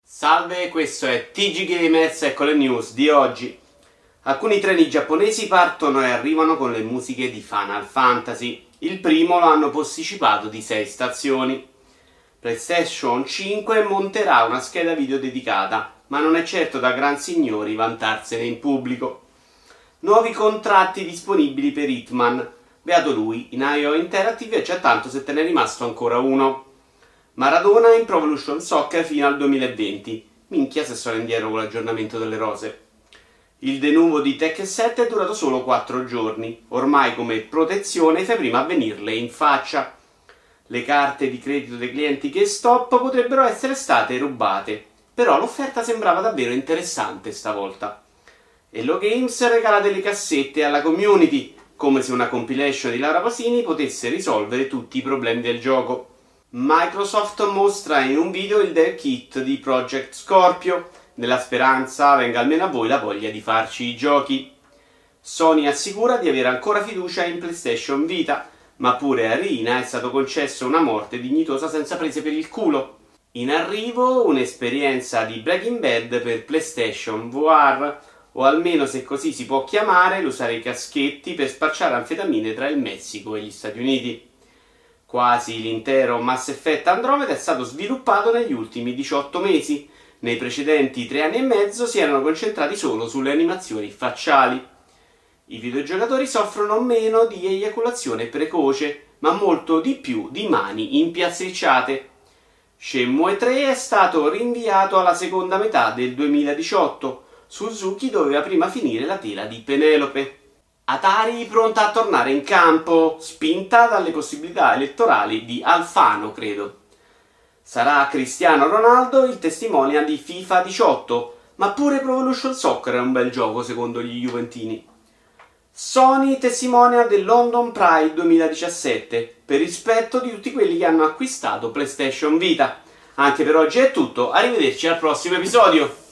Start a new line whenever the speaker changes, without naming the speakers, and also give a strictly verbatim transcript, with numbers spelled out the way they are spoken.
Salve, questo è T G Gamers e con le news di oggi. Alcuni treni giapponesi partono e arrivano con le musiche di Final Fantasy. Il primo lo hanno posticipato di sei stazioni. PlayStation cinque monterà una scheda video dedicata, ma non è certo da gran signori vantarsene in pubblico. Nuovi contratti disponibili per Hitman. Beato lui, in I O Interactive è già tanto se te ne è rimasto ancora uno. Maradona in Pro Evolution Soccer fino al duemilaventi. Minchia se sono indietro con l'aggiornamento delle rose. Il denuvo di Tekken sette è durato solo quattro giorni. Ormai come protezione fai prima a venirle in faccia. Le carte di credito dei clienti GameStop potrebbero essere state rubate, però l'offerta sembrava davvero interessante stavolta. Hello Games regala delle cassette alla community, come se una compilation di Laura Pasini potesse risolvere tutti i problemi del gioco. Microsoft mostra in un video il dev kit di Project Scorpio, nella speranza venga almeno a voi la voglia di farci i giochi. Sony assicura di avere ancora fiducia in PlayStation Vita, ma pure a Rina è stato concesso una morte dignitosa senza prese per il culo. In arrivo un'esperienza di Breaking Bad per PlayStation V R, o almeno se così si può chiamare l'usare i caschetti per spacciare anfetamine tra il Messico e gli Stati Uniti. Quasi l'intero Mass Effect Andromeda è stato sviluppato negli ultimi diciotto mesi. Nei precedenti tre anni e mezzo si erano concentrati solo sulle animazioni facciali. I videogiocatori soffrono meno di eiaculazione precoce, ma molto di più di mani impiastricciate. Shenmue tre è stato rinviato alla seconda metà del duemiladiciotto. Suzuki doveva prima finire la tela di Penelope. Atari pronta a tornare in campo, spinta dalle possibilità elettorali di Alfano, credo. Sarà Cristiano Ronaldo il testimonial di FIFA diciotto, ma pure Pro Evolution Soccer è un bel gioco secondo gli juventini. Sony testimonial del London Pride duemiladiciassette, per rispetto di tutti quelli che hanno acquistato PlayStation Vita. Anche per oggi è tutto, arrivederci al prossimo episodio!